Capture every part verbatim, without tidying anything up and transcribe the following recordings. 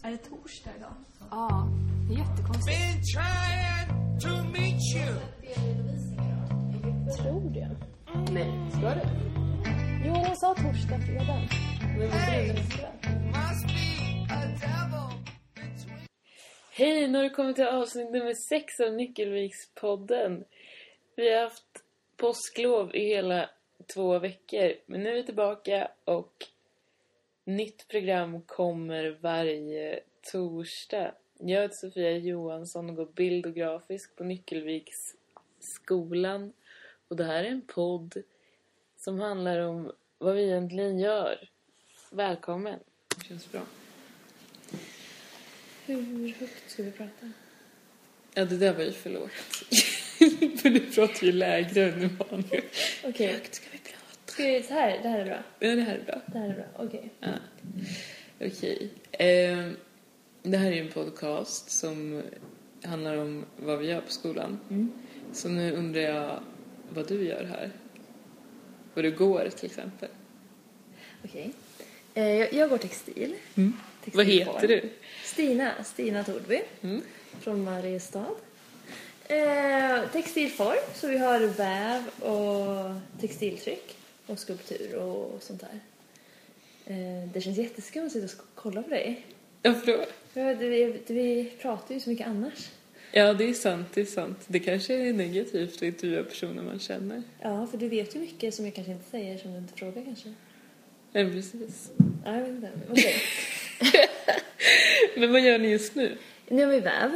Är det torsdag idag? Ja, det är jättekonstigt. Been trying to meet you. Tror det. Nej, ska det? Jo, hon sa torsdag, fredag. Men vad Hey, är det? must be a devil between. Hej, nu har du kommit till avsnitt nummer sex av Nyckelvikspodden. Vi har haft påsklov i hela två veckor. Men nu är vi tillbaka och nytt program kommer varje torsdag. Jag heter Sofia Johansson och går bild och grafisk på Nyckelviksskolan. Och det här är en podd som handlar om vad vi egentligen gör. Välkommen. Det känns bra. Hur högt ska vi prata? Ja, det där var ju för lågt. För du pratar ju lägre än vanligt. Okej. Högt ska vi prata. Ska vi, så här, det här är bra. Ja, det här är bra. Det här är bra, okej. Ja. Okej. Eh, det här är en podcast som handlar om vad vi gör på skolan. Mm. Så nu undrar jag vad du gör här. Vad du går till exempel. Okej. Eh, jag, jag går textil. Mm. Vad heter du? Stina, Stina Tordby. Mm. Från Mariestad. Eh, textilform, så vi har väv och textiltryck och skulptur och sånt där. Eh, det känns jätteskumt att sitta och kolla på dig. Varför då? För det, vi, det, vi pratar ju så mycket annars. Ja, det är sant, det är sant. Det kanske är negativt att intervjua personer man känner. Ja, för du vet ju mycket som jag kanske inte säger som du inte frågar kanske. Ja, precis. Ja, jag vet inte. Okej. Men vad gör ni just nu? Nu har vi väv.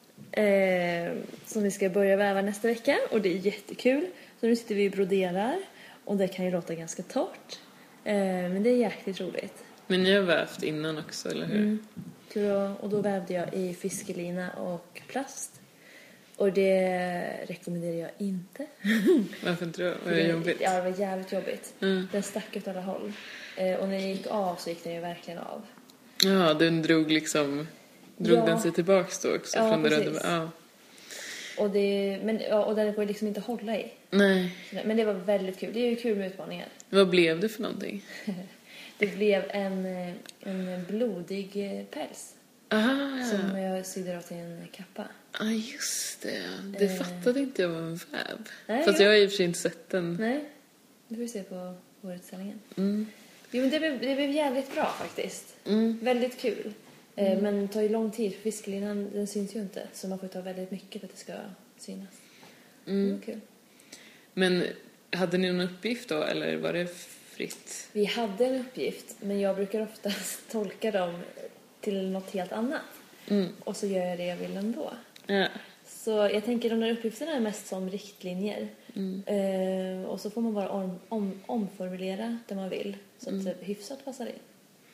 Eh, som vi ska börja väva nästa vecka. Och det är jättekul. Så nu sitter vi och broderar. Och det kan ju låta ganska torrt. Eh, men det är jäkligt roligt. Men ni har vävt innan också, eller hur? Mm. Så då, och då vävde jag i fiskelina och plast. Och det rekommenderar jag inte. Varför inte då? Var det jobbigt? Ja, det var jävligt jobbigt. Mm. Den stack ut alla håll. Eh, och när den gick av så gick den ju verkligen av. Ja, den drog liksom... Drog Ja. den sig tillbaks då också? Ja, från det precis. röda, ja. Och, det, men, ja, och den går liksom inte att hålla i. Nej. Men det var väldigt kul. Det är ju kul med utmaningar. Vad blev det för någonting? Det blev en, en blodig päls. Aha, ja. Som jag sydde av till en kappa. Ah, just det. Det Eh. fattade inte jag var en väv. Nej, Fast ja. jag har i och för sig inte sett den. Nej, det får vi se på vårutställningen. Mm. Jo, men det blev, det blev jävligt bra faktiskt. Mm. Väldigt kul. Eh, men det tar ju lång tid. För fiskelinan, den syns ju inte. Så man får ta väldigt mycket för att det ska synas. Mm. Det var kul. Men hade ni någon uppgift då? Eller var det fritt? Vi hade en uppgift. Men jag brukar oftast tolka dem till något helt annat. Mm. Och så gör jag det jag vill ändå. Ja. Så jag tänker de där uppgifterna är mest som riktlinjer. Mm. Eh, och så får man bara om, om, omformulera det man vill. Så att det hyfsat passar in.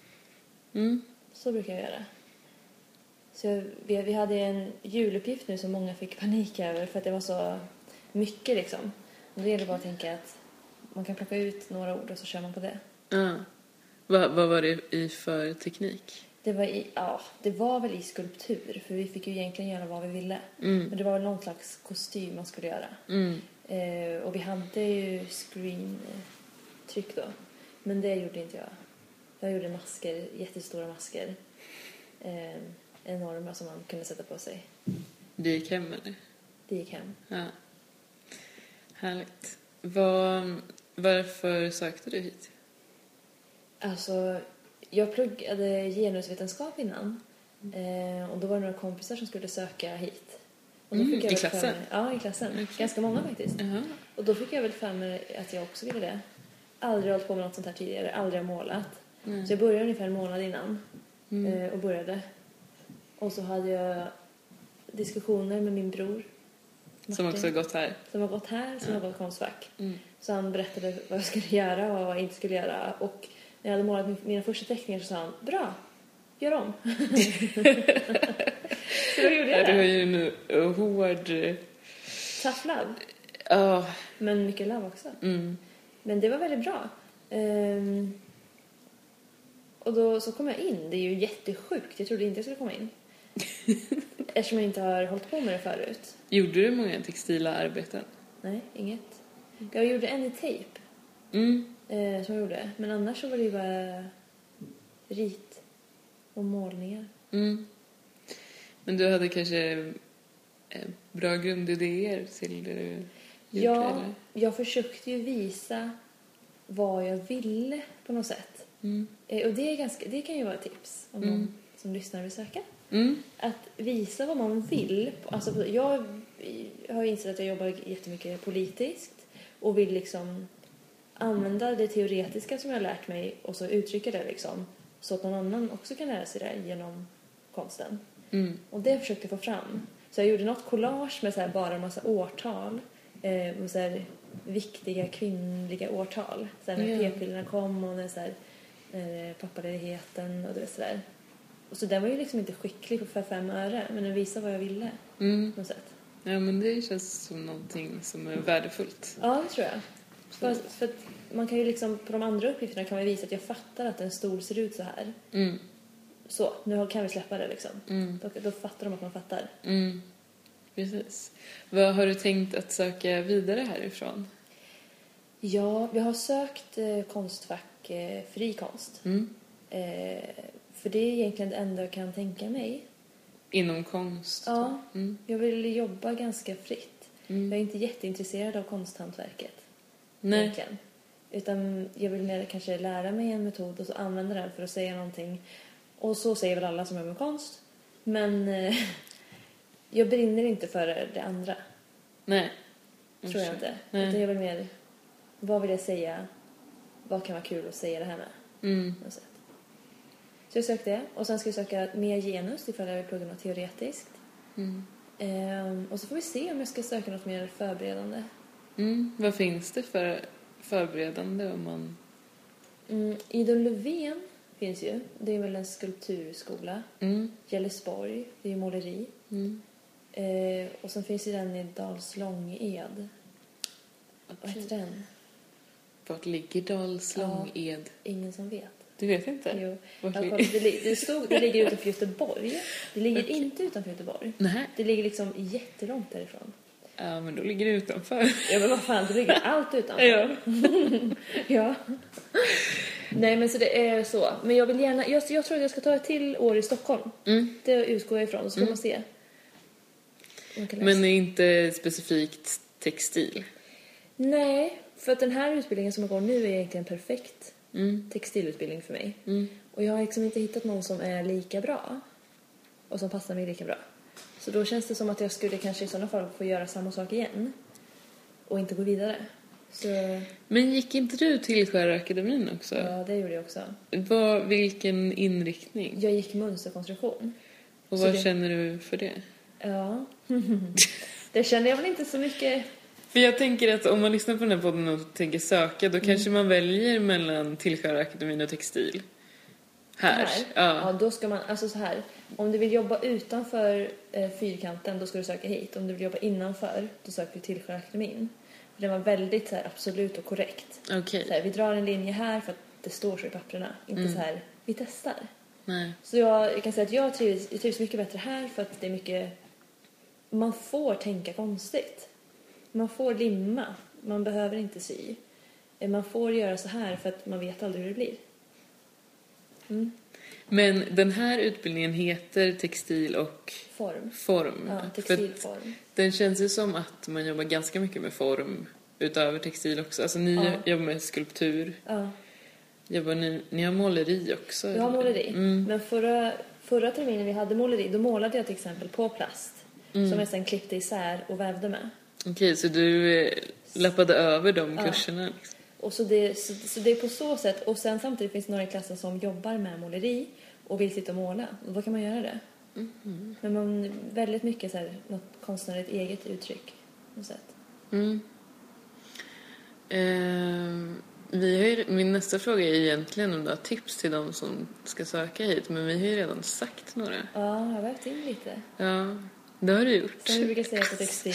Mm. Så brukar jag göra. Så jag, vi, vi hade en juluppgift nu som många fick panik över. För att det var så mycket liksom. Och då gäller det bara att tänka att man kan plocka ut några ord och så kör man på det. Ja. Vad, vad var det i för teknik? Det var, i, ja, det var väl i skulptur. För vi fick ju egentligen göra vad vi ville. Mm. Men det var väl någon slags kostym man skulle göra. Mm. Eh, och vi hade ju screen-tryck då. Men det gjorde inte jag. Jag gjorde masker, jättestora masker. Eh, enorma som man kunde sätta på sig. Det gick hem eller? Det gick hem. Ja. Härligt. Vad, varför sökte du hit? Alltså, jag pluggade genusvetenskap innan. Eh, och då var det några kompisar som skulle söka hit. Och då Mm, fick jag i väl för klassen? mig- Ja, i klassen. Okej. Ganska många faktiskt. Jaha. Och då fick jag väl för mig att jag också ville det. Aldrig hållit på med något sånt här tidigare. Aldrig har målat. Mm. Så jag började ungefär en månad innan. Mm. Eh, och började. Och så hade jag diskussioner med min bror. Som också har gått här. Som har gått här, som Ja. har gått konstfack. Mm. Så han berättade vad jag skulle göra och vad jag inte skulle göra. Och när jag hade målat mina första teckningar så sa han, bra, gör om. Så då gjorde jag Ja, du har det. ju en uh, hård... Tough love. Ja. Men mycket love också. Mm. Men det var väldigt bra. Ehm, och då så kom jag in. Det är ju jättesjukt. Jag trodde inte jag skulle komma in. Eftersom jag inte har hållit på med det förut. Gjorde du många textila arbeten? Nej, inget. Jag gjorde en i tejp. Mm. Eh, som jag gjorde. Men annars så var det ju bara rit och målningar. Mm. Men du hade kanske eh, bra grundidéer till det du gjort, Ja, eller? jag försökte ju visa vad jag ville på något sätt. Mm. Eh, Och det, är ganska, det kan ju vara ett tips om Mm. någon som lyssnar vill söka. Mm. Att visa vad man vill. Alltså, jag har insett att jag jobbar jättemycket politiskt och vill liksom använda det teoretiska som jag har lärt mig och så uttrycka det liksom så att någon annan också kan lära sig det genom konsten. Mm. Och det försökte jag få fram. Så jag gjorde något collage med så här bara en massa årtal. Eh, med så här viktiga kvinnliga årtal. Så här när Ja. p-pillerna kom och när så här, eh, pappaledigheten och det sådär. Och så den var ju liksom inte skicklig för fem öre. Men den visade vad jag ville Mm. på något sätt. Ja, men det känns som någonting som är värdefullt. Ja, det tror jag. För, för att man kan ju liksom, på de andra uppgifterna kan man visa att jag fattar att en stol ser ut så här. Mm. Så, nu kan vi släppa det liksom. Mm. Då, då fattar de att man fattar. Mm. Precis. Vad har du tänkt att söka vidare härifrån? Ja, vi har sökt eh, konstfack eh, fri konst. Mm. Eh, för det är egentligen det enda jag kan tänka mig. Inom konst? Ja, Mm. jag vill jobba ganska fritt. Mm. Jag är inte jätteintresserad av konst-hantverket. Nej. Egentligen. Utan jag vill mer kanske lära mig en metod och så använda den för att säga någonting. Och så säger väl alla som jobbar med konst. Men eh, jag brinner inte för det andra. Nej. Tror jag inte. Nej. Utan jag vill mer, vad vill jag säga? Vad kan vara kul att säga det här med? Mm. På något sätt. Så jag sökte det. Och sen ska jag söka mer genus ifall jag vill plugga något teoretiskt. Mm. Ehm, och så får vi se om jag ska söka något mer förberedande. Mm. Vad finns det för förberedande om man... Mm, Idun Löfven finns ju. Det är väl en skulpturskola. Mm. Gällesborg, det är ju måleri. Mm. Ehm, och sen finns ju den i Dals Långed. Vad heter den? Vart ligger Dals Långed? Ingen som vet. Du vet inte? Jo. Vart Jag ligger... kollade, det, li- det, stod, det ligger utanför Göteborg. Det ligger Okej. inte utanför Göteborg. Nej. Det ligger liksom jättelångt därifrån. Ja, men då ligger det utanför. Ja, men vad fan, det ligger allt utanför. Ja. Ja. Nej, men så det är så. Men jag vill gärna, jag, jag tror att jag ska ta ett till år i Stockholm. Mm. Det utgår jag ifrån, så får Mm. man se. Man kan läsa. Men är inte specifikt textil? Nej, för att den här utbildningen som jag går nu är egentligen perfekt Mm. textilutbildning för mig. Mm. Och jag har liksom inte hittat någon som är lika bra. Och som passar mig lika bra. Så då känns det som att jag skulle kanske i sådana fall få göra samma sak igen. Och inte gå vidare. Så Men gick inte du till Skärakademin också? ja, det gjorde jag också. Vad, vilken inriktning? Jag gick mönsterkonstruktion. Och så vad det- känner du för det? Ja. Det känner jag väl inte så mycket. För jag tänker att om man lyssnar på den här podden och tänker söka, då kanske man väljer mellan Tillskärakademin och textil. Här. Här. Ja. Ja, då ska man, alltså så här. Om du vill jobba utanför eh, fyrkanten, då ska du söka hit. Om du vill jobba innanför, då söker du till Skärakademin. För det var väldigt så här, absolut och korrekt. Okej. Så här, vi drar en linje här för att det står så i papperna. Inte Mm. så här, vi testar. Nej. Så jag, jag kan säga att jag trivs, jag trivs mycket bättre här för att det är mycket... Man får tänka konstigt. Man får limma. Man behöver inte sy. Eh, Man får göra så här för att man vet aldrig hur det blir. Mm. Men den här utbildningen heter textil och Form. form. Ja, För att textilform. den känns ju som att man jobbar ganska mycket med form utöver textil också. Alltså ni Ja. jobbar med skulptur. Ja, Jobbar ni, ni har måleri också? vi har eller? måleri. Mm. Men förra, förra terminen vi hade måleri, då målade jag till exempel på plast. Mm. Som jag sen klippte isär och vävde med. Okej, så du eh, lappade över de Ja. kurserna? Liksom. Och så det, så, så det är på så sätt. Och sen samtidigt finns det några i klassen som jobbar med måleri och vill sitta och måla. Och då kan man göra det. Mm. Men man väldigt mycket så här, något konstnärligt eget uttryck. På något sätt. Mm. Eh, vi har ju, min nästa fråga är egentligen om du har tips till de som ska söka hit. Men vi har ju redan sagt några. Ja, jag har vävt in lite. Ja, det har du gjort. Som vi brukar säga på textil.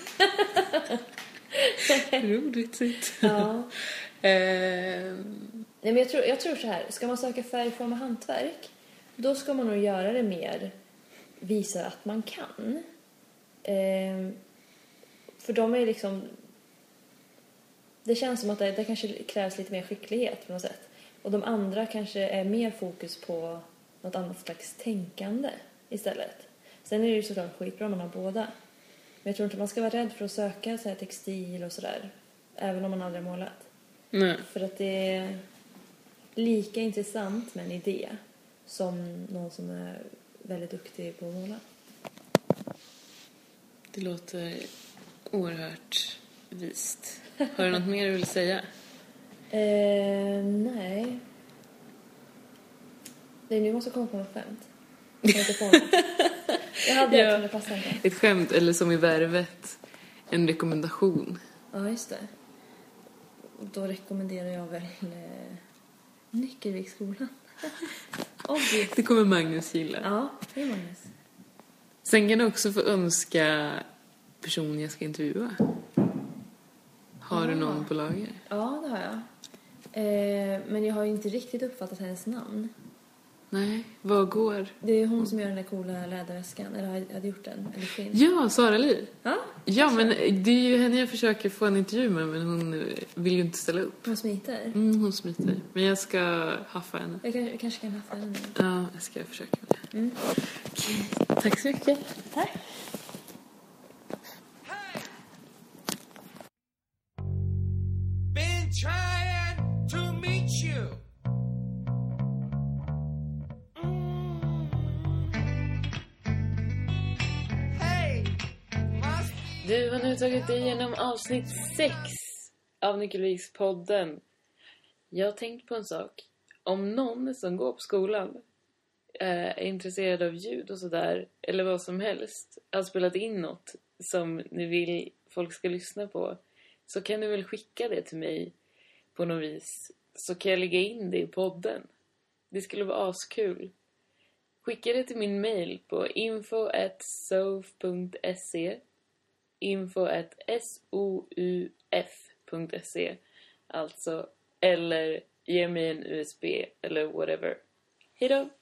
Roligt. Ja. Eh, Nej, men jag tror, jag tror så här. Ska man söka färg, form och hantverk, då ska man nog göra det mer visa att man kan. Ehm, för de är liksom... Det känns som att det, det kanske krävs lite mer skicklighet på något sätt. Och de andra kanske är mer fokus på något annat slags tänkande istället. Sen är det ju såklart skitbra om man har båda. Men jag tror inte man ska vara rädd för att söka så här textil och sådär. Även om man aldrig har målat. Nej. För att det är lika intressant med en idé som någon som är väldigt duktig på att måla. Det låter oerhört vist. Har du något mer du vill säga? Eh, nej. Det är nu måste komma på något skämt. Jag inte på något. Jag hade Ja. det som det passade inte. Ett skämt, eller som i Värvet, en rekommendation. Ja, just det. Då rekommenderar jag väl eh, Nyckelviksskolan. Obvious. Det kommer Magnus gilla. Ja, det är Magnus. Sen kan du också få önska personen jag ska intervjua. Har du Ja. någon på lager? Ja, det har jag. Eh, men jag har ju inte riktigt uppfattat hennes namn. Nej, vad går? Det är hon som gör den där coola läderväskan. Eller hade hade gjort den. Eller skinn. Ja, Sara Li. Ja, Ja, men det är ju henne jag försöker få en intervju med, men hon vill ju inte ställa upp. hon smiter. Mm, hon smiter. Men jag ska haffa henne. Jag kanske, kanske kan haffa henne nu. Ja, jag ska försöka med det. Mm. Okej, tack så mycket. Tack. Been trying to meet you. Mm. Hey, must Du har nu tagit dig igenom avsnitt sex av Nyckelvikspodden. Jag har tänkt på en sak. Om någon som går på skolan är intresserad av ljud och sådär, eller vad som helst, har spelat in något som ni vill folk ska lyssna på, så kan du väl skicka det till mig på något vis, så kan jag lägga in det i podden. Det skulle vara askul. Skicka det till min mail på info at souf punkt se, info at souf punkt se, alltså, eller ge mig en U S B eller whatever. Hej då!